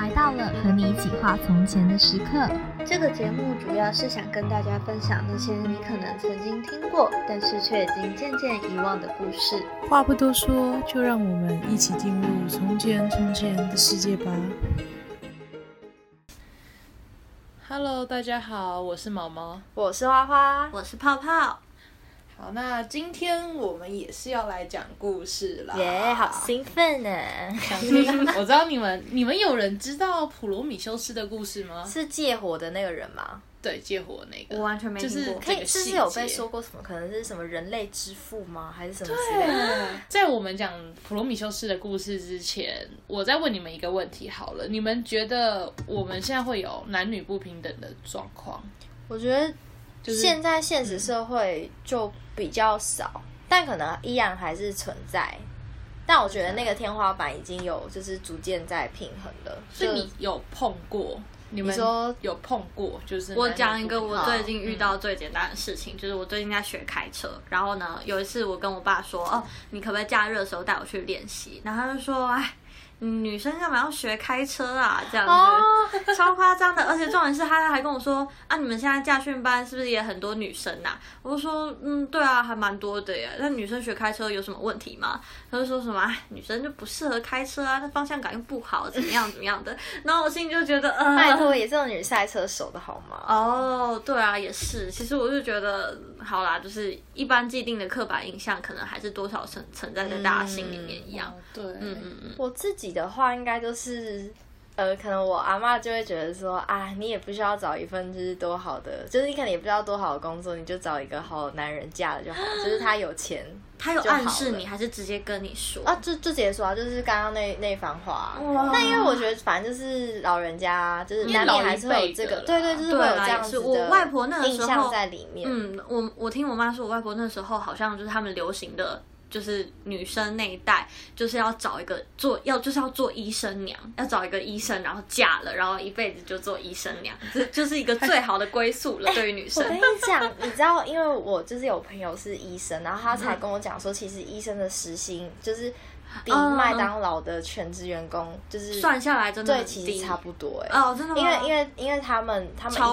来到了和你一起画从前的时刻。 这个节目主要是想跟大家分享那些你可能曾经听过，但是却已经渐渐遗忘的故事。 话不多说，就让我们一起进入从前的世界吧。Hello， 大家好，我是毛毛， 我是花花， 我是泡泡。 好，那今天我们也是要来讲故事啦。 耶，好兴奋呢！ 我知道你们有人知道普罗米修斯的故事吗？ 是借火的那个人吗？ 对，借火那个， 我完全没听过。 就是可以，是不是有被说过什么？可能是什么人类之父吗？还是什么之类的？ 在我们讲普罗米修斯的故事之前，我再问你们一个问题好了，你们觉得我们现在会有男女不平等的状况？ 我觉得现在现实社会就比较少，但可能依然还是存在。但我觉得那个天花板已经有就是逐渐在平衡了。 所以你有碰过？你们说有碰过？就是我讲一个我最近遇到最简单的事情，就是我最近在学开车，然后呢，有一次我跟我爸说，哦，你可不可以假日的时候带我去练习？然后他就说，哎。女生干嘛要学开车啊？这样子，超夸张的。而且重点是，他还跟我说啊，你们现在驾训班是不是也很多女生啊？我就说，对啊，还蛮多的耶。那女生学开车有什么问题吗？他就说什么，哎，女生就不适合开车啊，那方向感又不好，怎么样的。然后我心里就觉得， 拜托，也是有女赛车手的好吗？ 哦，对啊，也是。其实我就觉得，好啦，就是一般既定的刻板印象，可能还是多少存在在大家心里面一样。 对， 我自己的话应该就是可能我阿嬷就会觉得说啊，你也不需要找一份就是多好的，就是你可能也不知道多好的工作，你就找一个好男人嫁了就好，就是他有钱， 他有暗示你还是直接跟你说啊？就直接说啊，就是刚刚那番话。但因为我觉得反正就是老人家就是难免还是会有这个，对，就是会有这样子的我外婆那个时候印象在里面。 我听我妈说，我外婆那时候好像就是他们流行的。就是女生那一代，就是要找一个就是要做医生娘，要找一个医生，然后嫁了，然后一辈子就做医生娘，这就是一个最好的归宿了。对于女生， 我跟你讲，你知道，因为我就是有朋友是医生，然后他才跟我讲说，其实医生的时薪就是比麦当劳的全职员工就是算下来真的很低，对，其实差不多哦，真的吗？ 因为他们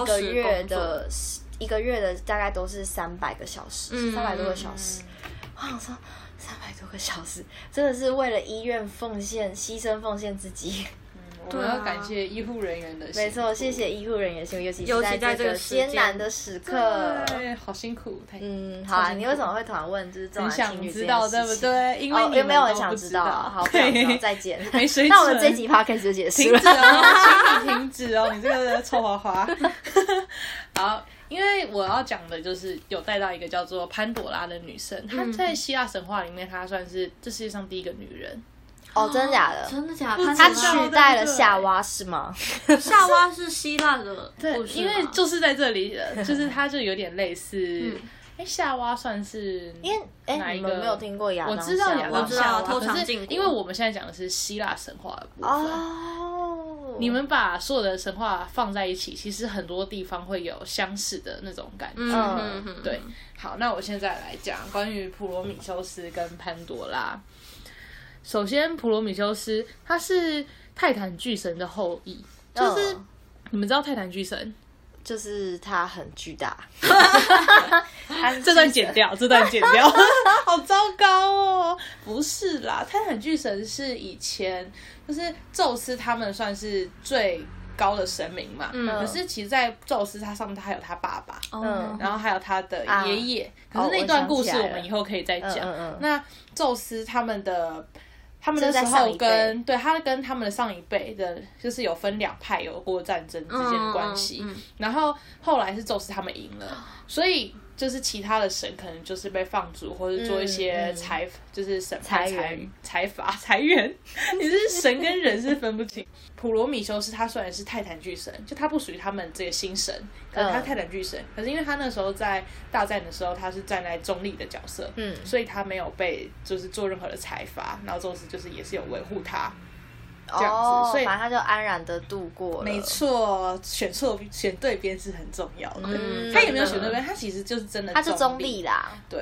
一个月的大概都是300个小时，300多个小时。我想说300多个小时，真的是为了医院牺牲奉献自己。 我们要感谢医护人员的心。 没错，谢谢医护人员辛苦，尤其是在这个艰难的时刻。 对，好辛苦。 好啊，你为什么会突然问就是重男轻女这件事情？ 很想知道，对不对？因为有没有人想知道？好，再见。 没水准。 那我们这一集 podcast 就结束了。 停止哦，请你停止哦，你这个臭花花。好。因为我要讲的就是有带到一个叫做潘朵拉的女生，她在希腊神话里面，她算是这世界上第一个女人。 哦，真的假的？ 真的假的？ 她取代了夏娃是吗？ 夏娃是希腊的故事， 因为就是在这里，就是她就有点类似。夏娃算是因为你们没有听过亚当？ 我知道亚当夏娃， 偷尝可是禁果。 因为我们现在讲的是希腊神话的部分。 哦， 你们把所有的神话放在一起，其实很多地方会有相似的那种感觉。对。好，那我现在来讲关于普罗米修斯跟潘多拉。首先，普罗米修斯他是泰坦巨神的后裔，就是你们知道泰坦巨神？ 就是他很巨大， 这段剪掉，好糟糕哦！不是啦，泰坦巨神是以前就是宙斯他们算是最高的神明嘛，可是其实，在宙斯他上面他还有他爸爸，然后还有他的爷爷，可是那段故事我们以后可以再讲。那宙斯他们那时候他跟他们的上一辈的，就是有分两派有过战争之间的关系，然后后来是宙斯他们赢了，所以就是其他的神可能就是被放逐，或者做一些就是审判裁员，你是神跟人是分不清。普罗米修斯他虽然是泰坦巨神，就他不属于他们这个新神，可是他泰坦巨神，可是因为他那时候在大战的时候他是站在中立的角色，所以他没有被就是做任何的裁罚，然后宙斯就是也是有维护他。这样子，所以反正他就安然的度过了。 没错，选对边是很重要的。他也没有选对边，他其实就是真的， 他是中立啦。 对，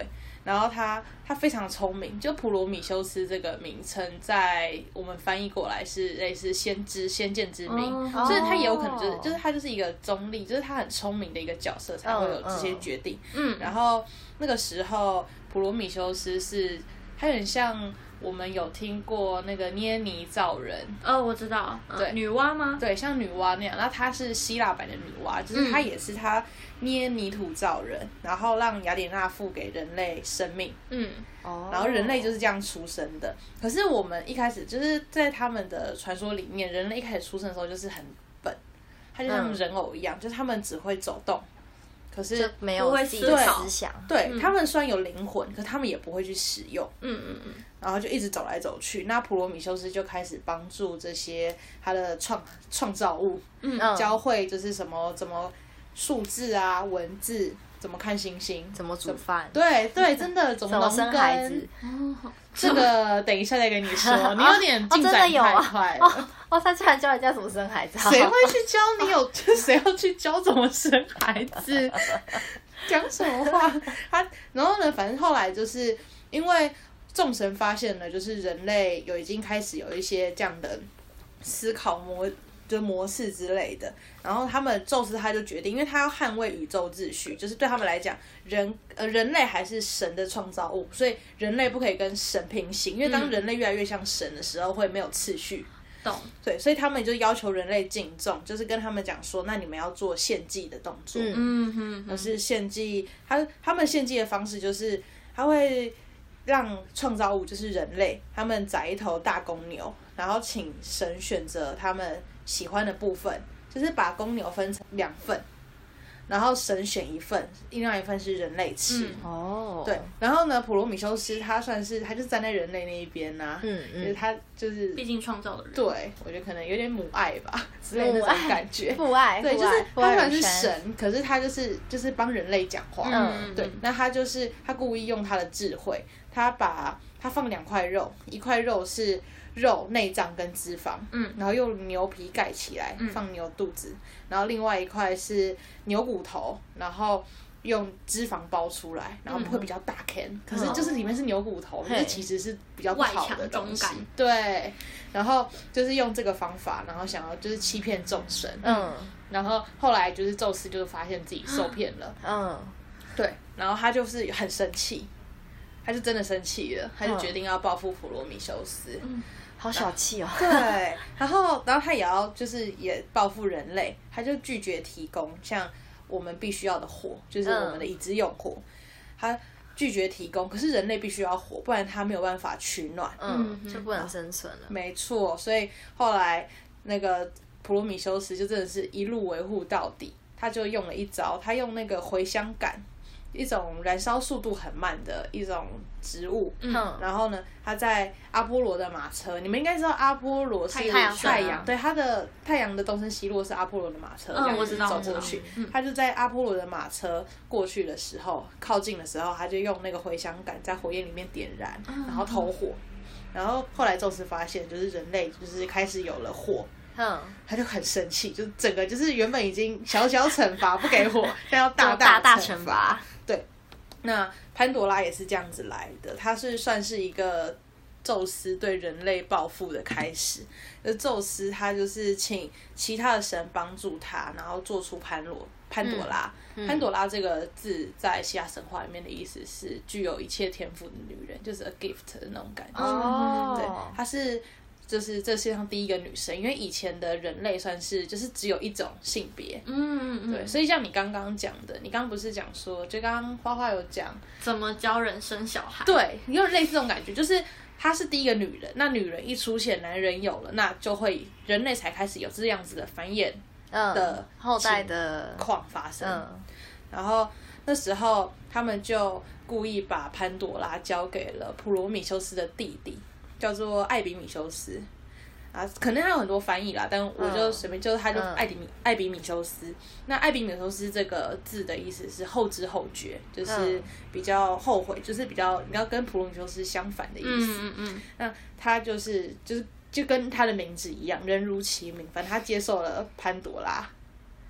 然后他非常聪明，就普罗米修斯这个名称在我们翻译过来是类似先知、先见之明，所以他也有可能就是他就是一个中立，就是他很聪明的一个角色才会有这些决定。然后那个时候普罗米修斯是他有点像。我们有听过那个捏泥造人， 我知道， 对， 女娲吗？ 对，像女娲那样，然后她是希腊版的女娲，就是她也是她捏泥土造人，然后让雅典娜赋给人类生命，然后人类就是这样出生的。可是我们一开始就是在他们的传说里面，人类一开始出生的时候就是很笨，他就像人偶一样，就是他们只会走动。可是就没有自己的思想， 对，他们虽然有灵魂，可他们也不会去使用，然后就一直走来走去。那普罗米修斯就开始帮助这些他的创造物，教会就是怎么数字啊、文字，怎么看星星， 怎么煮饭， 对，真的怎么生孩子。 这个等一下再跟你说，你有点进展太快了。 他居然教人家怎么生孩子， 谁会去教你？谁要去教怎么生孩子？讲什么话？然后呢？反正后来就是因为众神发现了，就是人类已经开始有一些这样的思考模式之类的，然后宙斯他就决定，因为他要捍卫宇宙秩序，就是对他们来讲，人类还是神的创造物，所以人类不可以跟神平行，因为当人类越来越像神的时候，会没有次序。对，所以他们就要求人类敬重，就是跟他们讲说，那你们要做献祭的动作。就是献祭，他们献祭的方式就是他会让创造物，就是人类，他们宰一头大公牛，然后请神选择他们喜欢的部分，就是把公牛分成2份，然后神选一份，另外一份是人类吃。对，然后呢，普罗米修斯他就是站在人类那一边呐，就是他就是毕竟创造的人。 对，我觉得可能有点母爱吧之类的那种感觉。 父爱， 对，就是他虽然是神，可是他就是帮人类讲话。对，那他故意用他的智慧，他放2块肉，一块肉是肉、内脏跟脂肪，然后用牛皮盖起来，放牛肚子，然后另外一块是牛骨头，然后用脂肪包出来，然后会比较大can，可是就是里面是牛骨头，这其实是比较不好的东西。对，然后就是用这个方法，然后想要就是欺骗众神。然后后来就是宙斯就发现自己受骗了。对，然后他就是很生气，他就真的生气了，他就决定要报复普罗米修斯。 好小气哦。 对，然后他也要就是也报复人类，他就拒绝提供像我们必须要的火，就是我们的已知用火，他拒绝提供，可是人类必须要火，不然他没有办法取暖， 就不能生存了。 没错，所以后来那个普罗米修斯就真的是一路维护到底，他就用了一招，他用那个茴香杆，一种燃烧速度很慢的一种植物，然后呢，他在阿波罗的马车，你们应该知道阿波罗是太阳，对，他的太阳的东升西落是阿波罗的马车，这样子走过去，他就在阿波罗的马车过去的时候，靠近的时候，他就用那个茴香杆在火焰里面点燃，然后投火，然后后来宙斯发现，就是人类就是开始有了火。他就很生气，就整个就是原本已经小小惩罚不给火，但要大惩罚。对，那潘多拉也是这样子来的，他是算是一个宙斯对人类报复的开始。而宙斯他就是请其他的神帮助他，然后做出潘多拉。潘多拉这个字在希腊神话里面的意思是具有一切天赋的女人，就是 a gift 的那种感觉。对，她是。就是这世界上第一个女生，因为以前的人类算是就是只有一种性别，对，所以像你刚刚讲的，你刚刚不是讲说，就刚刚花花有讲怎么教人生小孩， 对，有点类似这种感觉，就是她是第一个女人，那女人一出现，男人有了，那就会人类才开始有这样子的繁衍的后代的况发生，然后那时候他们就故意把潘多拉交给了普罗米修斯的弟弟。叫做艾比米修斯啊，可能他有很多翻译啦，但我就随便，就是他就艾比米修斯。那艾比米修斯这个字的意思是后知后觉，就是比较后悔，就是比较你要跟普罗米修斯相反的意思。那他就跟他的名字一样，人如其名，反正他接受了潘多拉。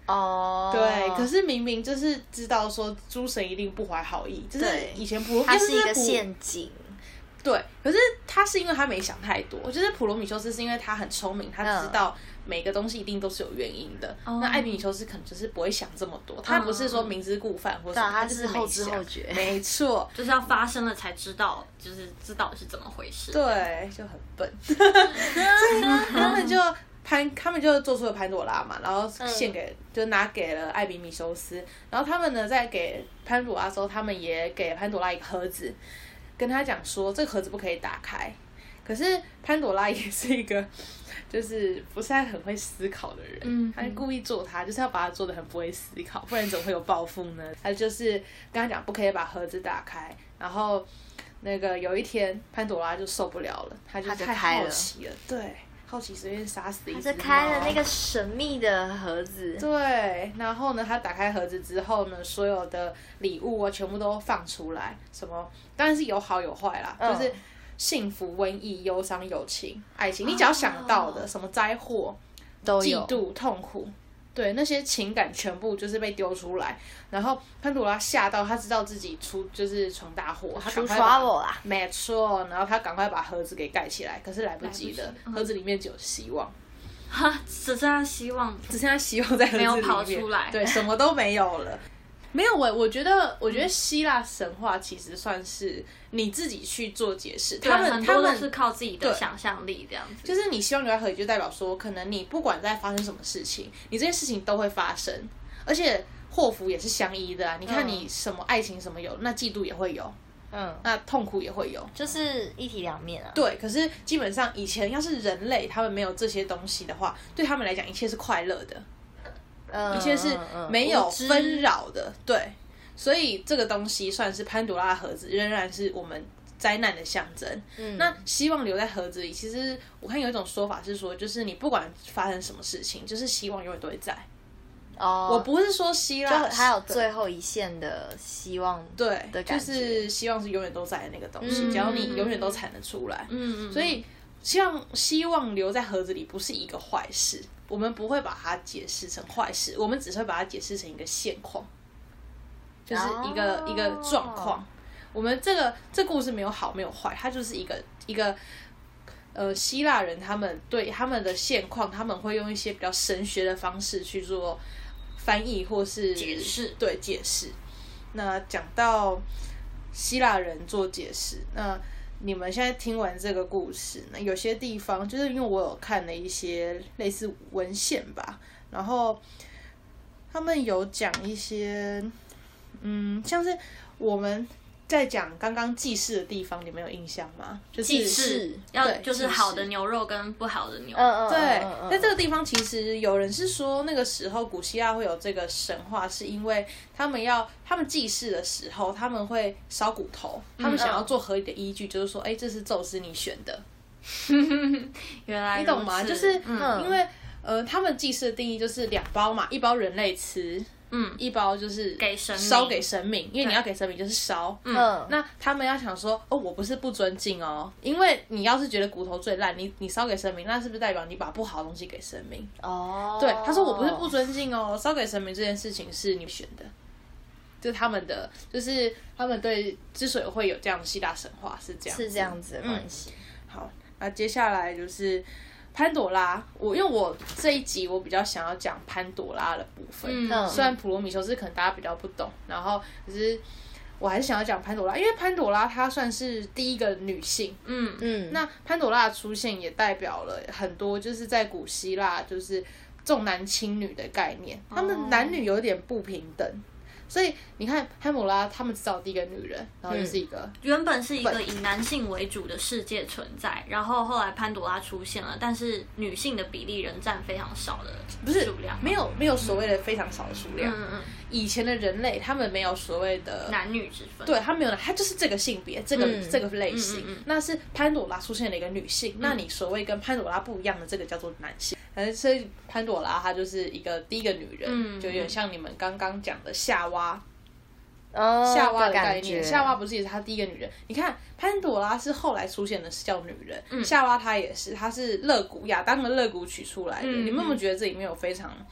哦， 对，可是明明就是知道说诸神一定不怀好意，就是以前普罗它是一个陷阱。 对，可是他是因为他没想太多，就是普罗米修斯是因为他很聪明，他知道每个东西一定都是有原因的。那艾比米修斯可能就是不会想这么多，他不是说明知故犯或者他就是后知后觉， 没错， 就是要发生了才知道，就是知道是怎么回事。 对，就很笨。所以呢，他们就做出了潘朵拉嘛，然后就拿给了艾比米修斯，然后他们呢在给潘朵拉的时候，他们也给潘朵拉一个盒子。跟他讲说这个盒子不可以打开，可是潘朵拉也是一个就是不是很会思考的人，他故意做他，就是要把他做的很不会思考，不然怎么会有报复呢？他就是跟他讲不可以把盒子打开，然后那个有一天潘朵拉就受不了了，他就太好奇了，对，好奇随便杀死一只猫， 他就开了那个神秘的盒子， 对，然后呢，他打开盒子之后呢，所有的礼物啊全部都放出来，什么当然是有好有坏啦，就是幸福、瘟疫、忧伤、友情、爱情，你只要想到的，什么灾祸、 都有嫉妒、痛苦，对，那些情感全部就是被丢出来，然后潘朵拉吓到，他知道自己就是闯大祸，他赶快把没错，然后他赶快把盒子给盖起来，可是来不及了，盒子里面只有希望。 只剩下希望在盒子里面， 没有跑出来， 对，什么都没有了。没有，我觉得希腊神话其实算是你自己去做解释，他们都是靠自己的想象力这样子。 就是你希望留在盒里，就代表说，可能你不管在发生什么事情，你这件事情都会发生，而且祸福也是相依的啊。你看你什么爱情什么有，那嫉妒也会有。那痛苦也会有， 就是一体两面啊。 对，可是基本上以前要是人类他们没有这些东西的话，对他们来讲一切是快乐的，一切是没有纷扰的，对。所以这个东西算是潘朵拉的盒子，仍然是我们灾难的象征。那希望留在盒子里，其实我看有一种说法是说，就是你不管发生什么事情，就是希望永远都会在。我不是说希腊， 就还有最后一线的希望， 对的感觉， 就是希望是永远都在的那个东西，只要你永远都产得出来。所以希望留在盒子里不是一个坏事，我们不会把它解释成坏事，我们只会把它解释成一个现况，就是一个状况。我们这故事没有好没有坏，它就是一个希腊人他们对他们的现况，他们会用一些比较神学的方式去做翻译或是解释， 对，解释。那讲到希腊人做解释，那你们现在听完这个故事，那有些地方就是因为我有看了一些类似文献吧，然后他们有讲一些，像是我们在讲刚刚祭祀的地方，你们有印象吗？就是祭祀就是好的牛肉跟不好的牛。 对，在这个地方其实有人是说，那个时候古希腊会有这个神话，是因为他们祭祀的时候，他们会烧骨头，他们想要做合理的依据，就是说，这是宙斯你选的。 原来你懂吗？就是因为他们祭祀的定义就是2包嘛，一包人类吃。一包就是烧给神明，因为你要给神明就是烧。那他们要想说，我不是不尊敬哦，因为你要是觉得骨头最烂，你烧给神明，那是不是代表你把不好的东西给神明？对，他说我不是不尊敬哦，烧给神明这件事情是你选的，就是他们对之所以会有这样的希腊神话是这样， 是这样子的关系。 好，那接下来就是潘朵拉，因为我这一集我比较想要讲潘朵拉的部分，虽然普罗米修斯可能大家比较不懂，然后可是我还是想要讲潘朵拉，因为潘朵拉她算是第一个女性，那潘朵拉的出现也代表了很多就是在古希腊就是重男轻女的概念，他们男女有点不平等。所以你看潘朵拉他们只找第一个女人，然后就是一个原本是一个以男性为主的世界存在，然后后来潘朵拉出现了，但是女性的比例仍占非常少的数量， 没有所谓的非常少的数量。以前的人类他们没有所谓的男女之分， 对，他没有，他就是这个性别，这个类型。那是潘朵拉出现了一个女性，那你所谓跟潘朵拉不一样的这个叫做男性。所以潘朵拉她就是第一个女人，就有点像你们刚刚讲的夏娃。夏娃的概念，夏娃不是也是她第一个女人？你看潘朵拉是后来出现的，是叫女人，夏娃她也是，她是亚当的肋骨取出来的。你们有没有觉得这里面有非常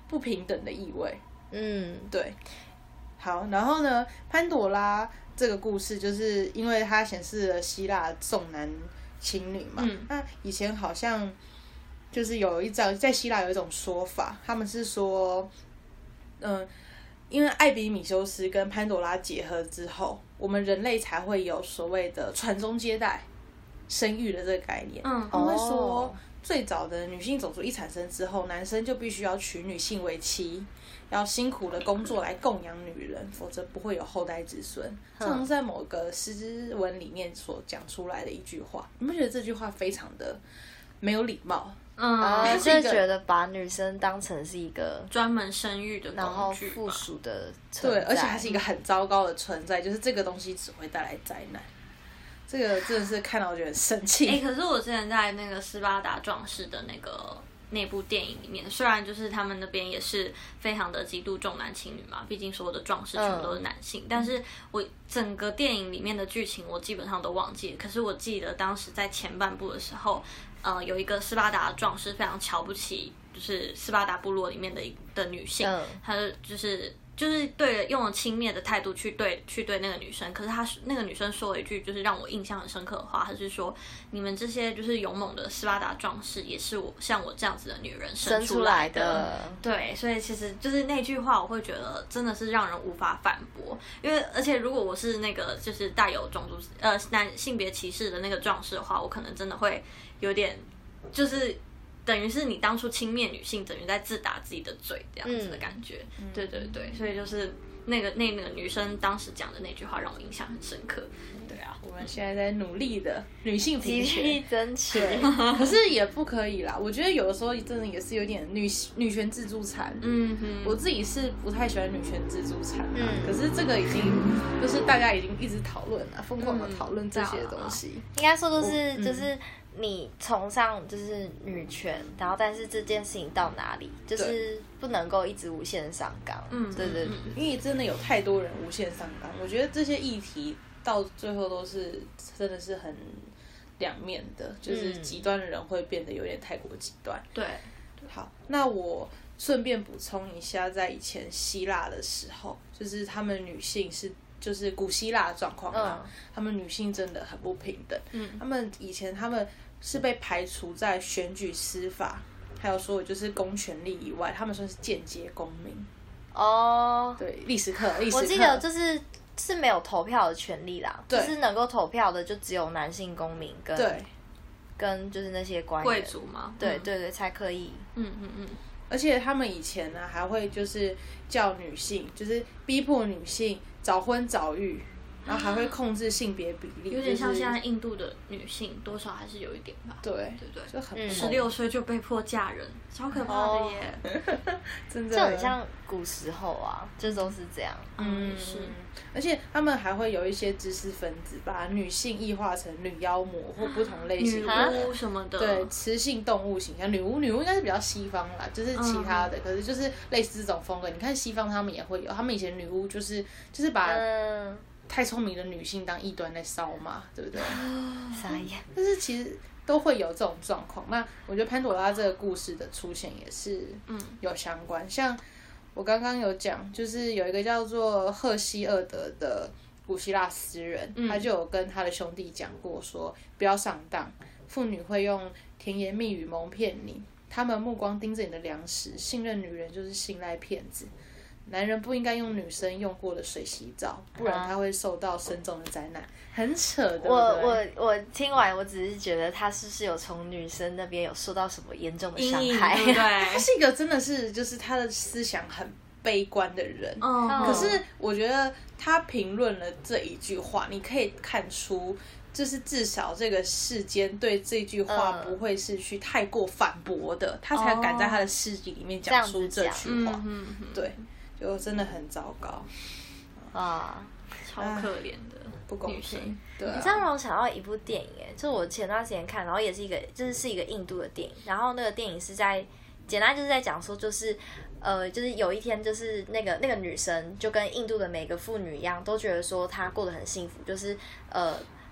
不平等的意味。 嗯， 对。好，然后呢，潘朵拉这个故事就是因为它显示了希腊重男轻女嘛。那以前好像就是在希腊有一种说法，他们是说，因为艾比米修斯跟潘朵拉结合之后，我们人类才会有所谓的传宗接代、生育的这个概念。他们会说，最早的女性种族一产生之后，男生就必须要娶女性为妻，要辛苦的工作来供养女人，否则不会有后代子孙。这好像在某个诗文里面所讲出来的一句话，你不觉得这句话非常的没有礼貌？ 就是觉得把女生当成是一个专门生育的然后工具吧， 附属的存在， 对，而且还是一个很糟糕的存在，就是这个东西只会带来灾难。这个真的是看到我觉得很生气。 可是我之前在那个斯巴达壮士的那部电影里面，虽然就是他们那边也是非常的极度重男轻女嘛，毕竟所有的壮士全部都是男性，但是我整个电影里面的剧情我基本上都忘记了，可是我记得当时在前半部的时候，有一个斯巴达壮士非常瞧不起就是斯巴达部落里面的女性，她就是用了轻蔑的态度去对那个女生，可是那个女生说了一句就是让我印象很深刻的话，她是说你们这些就是勇猛的斯巴达壮士也是像我这样子的女人生出来的。对，所以其实就是那句话我会觉得真的是让人无法反驳，因为而且如果我是那个就是带有种族性别歧视的那个壮士的话，我可能真的会有点就是等于是你当初轻蔑女性，等于在自打自己的嘴这样子的感觉。对对对，所以就是那个女生当时讲的那句话让我印象很深刻。对啊， 我们现在在努力的女性平权， 极力争取， 可是也不可以啦。我觉得有的时候真的也是有点女权自助餐。我自己是不太喜欢女权自助餐啦。可是这个已经就是大家已经一直讨论了，疯狂的讨论这些东西。 应该说就是你崇尚就是女权，然后但是这件事情到哪里，就是不能够一直无限上纲。对对对， 因为真的有太多人无限上纲，我觉得这些议题到最后都是真的是很两面的，就是极端的人会变得有点太过极端。 对， 好，那我顺便补充一下，在以前希腊的时候，就是他们女性就是古希腊的状况嘛，他们女性真的很不平等。他们以前是被排除在选举、司法，还有所有就是公权力以外，他们算是间接公民。对，历史课， 我记得是没有投票的权利啦，就是能够投票的就只有男性公民跟就是那些官员贵族嘛， 对对对，才可以。 而且他们以前呢，还会就是叫女性，就是逼迫女性早婚早育，然后还会控制性别比例， 有点像现在印度的女性，多少还是有一点吧。 对对对， 就很 16岁就被迫嫁人，超可怕的耶！ 真的， 就很像古时候啊，就都是这样。 是。 而且他们还会有一些知识分子把女性异化成女妖魔或不同类型的女巫什么的， 对，雌性动物形象。女巫应该是比较西方啦，就是其他的，可是就是类似这种风格。你看西方他们也会有，他们以前女巫就是把太聪明的女性当异端在烧嘛，对不对？ 傻眼。 但是其实都会有这种状况。那我觉得潘朵拉这个故事的出现也是有相关，像我刚刚有讲，就是有一个叫做赫西厄德的古希腊诗人，他就有跟他的兄弟讲过说，不要上当，妇女会用甜言蜜语蒙骗你，他们目光盯着你的粮食，信任女人就是信赖骗子。男人不应该用女生用过的水洗澡，不然他会受到深重的灾难。很扯，对不对？ 我听完，我只是觉得他是不是有从女生那边有受到什么严重的伤害？ 对， 他是一个真的是就是他的思想很悲观的人。可是我觉得他评论了这一句话，你可以看出，就是至少这个世间对这句话不会是去太过反驳的，他才敢在他的诗集里面讲出这句话。对。就真的很糟糕超可怜的， 不公平。对， 你这样让我想到一部电影，就我前段时间看，然后也是是一个印度的电影，然后那个电影是简单就是在讲说，就是有一天，就是那个女生就跟印度的每个妇女一样，都觉得说她过得很幸福，就是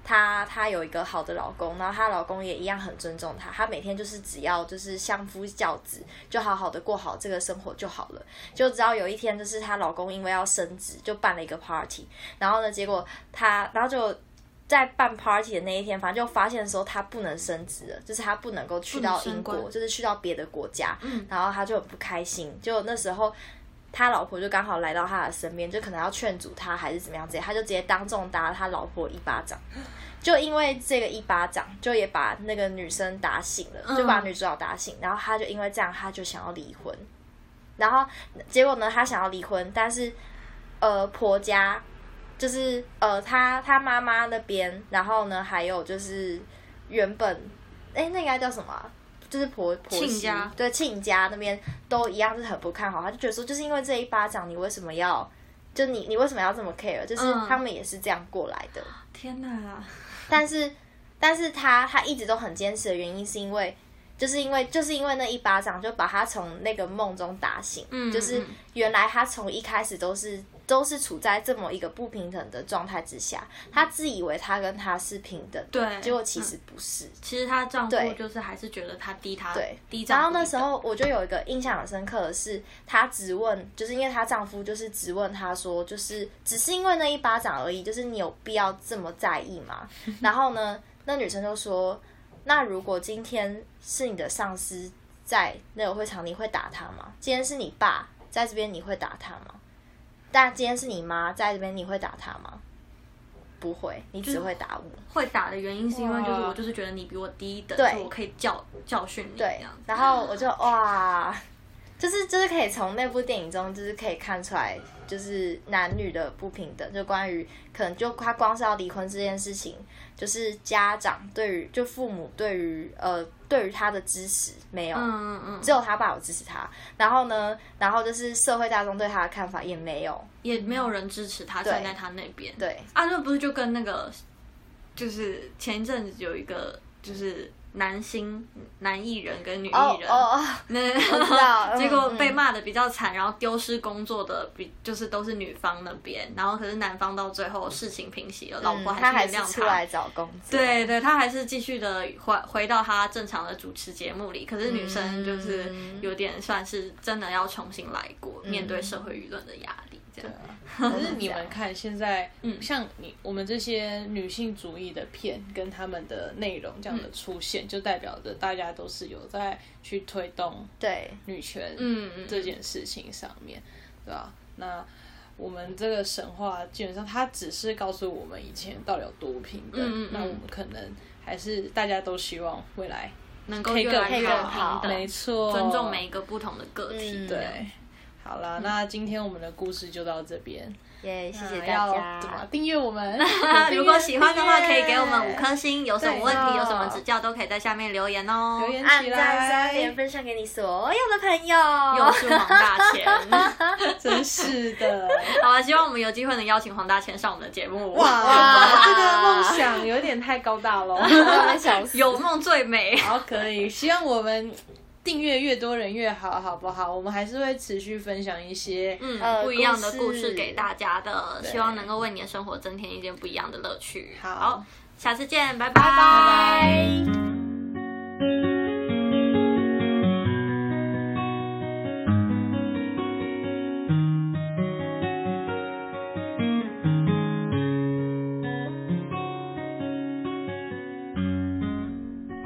她有一个好的老公，然后她老公也一样很尊重她，她每天就是只要就是相夫教子，就好好的过好这个生活就好了。就直到有一天，就是她老公因为要升职，就办了一个 party， 然后呢，结果然后就在办 party 的那一天，反正就发现说她不能升职了，就是她不能够去到英国，就是去到别的国家，然后她就很不开心。就那时候他老婆就刚好来到他的身边，就可能要劝阻他还是怎么样之类，他就直接当众打了他老婆一巴掌。就因为这个一巴掌，就也把那个女生打醒了，就把女主角打醒，然后他就因为这样，他就想要离婚。然后结果呢，他想要离婚，但是婆家就是他妈妈那边，然后呢还有就是原本那应该叫什么啊？就是婆媳家， 对亲家那边都一样是很不看好，他就觉得说，就是因为这一巴掌，你为什么要，就你为什么要这么 care？ 就是他们也是这样过来的。 天哪！ 但是他一直都很坚持的原因，是因为就是因为那一巴掌，就把他从那个梦中打醒。就是原来他从一开始都是处在这么一个不平等的状态之下，他自以为他跟他是平等的， 对， 结果其实不是。 其实她丈夫就是还是觉得她低丈夫。 然后那时候我就有一个印象很深刻的是，她质问，就是因为她丈夫就是质问她说，就是只是因为那一巴掌而已，就是你有必要这么在意吗？然后呢，那女生就说，那如果今天是你的上司在那个会场，你会打他吗？今天是你爸在这边，你会打他吗？但今天是你妈在这边，你会打他吗？不会，你只会打我。 会打的原因是因为就是我就是觉得你比我低一等，所以我可以教训你这样子。 然后我就哇，就是可以从那部电影中就是可以看出来，就是男女的不平等，就关于可能就他光是要离婚这件事情，就是家长就父母对于他的支持没有，只有他爸有支持他。然后呢，就是社会大众对他的看法也没有人支持他站在他那边。 对啊，那不是就跟那个就是前一阵子有一个就是男艺人跟女艺人， 我知道， 结果被骂的比较惨，然后丢失工作的就是都是女方那边，然后可是男方到最后事情平息了，老婆还是原谅出来找工作， 对，他还是继续的回到他正常的主持节目里，可是女生就是有点算是真的要重新来过，面对社会舆论的压力。这样。 可是你们看现在，像我们这些女性主义的片跟他们的内容这样的出现，就代表着大家都是有在去推动女权这件事情上面，对吧？那我们这个神话基本上它只是告诉我们以前到底有多不平等，那我们可能还是大家都希望未来能够越来越好， 没错， 尊重每一个不同的个体。 对。好啦，那今天我们的故事就到这边。 谢谢大家。 怎么订阅我们？ 如果喜欢的话，可以给我们5颗星。有什么问题、有什么指教，都可以在下面留言哦。 留言起来， 按赞3连，分享给你所有的朋友。 又是黄大千， 真是的。 好啊，希望我们有机会能邀请黄大千上我们的节目。 哇，这个梦想有点太高大了。 有梦最美。 好，可以。希望我们订阅越多人越好，好不好？我们还是会持续分享一些不一样的故事给大家的，希望能够为你的生活增添一点不一样的乐趣。 好， 下次见，拜拜。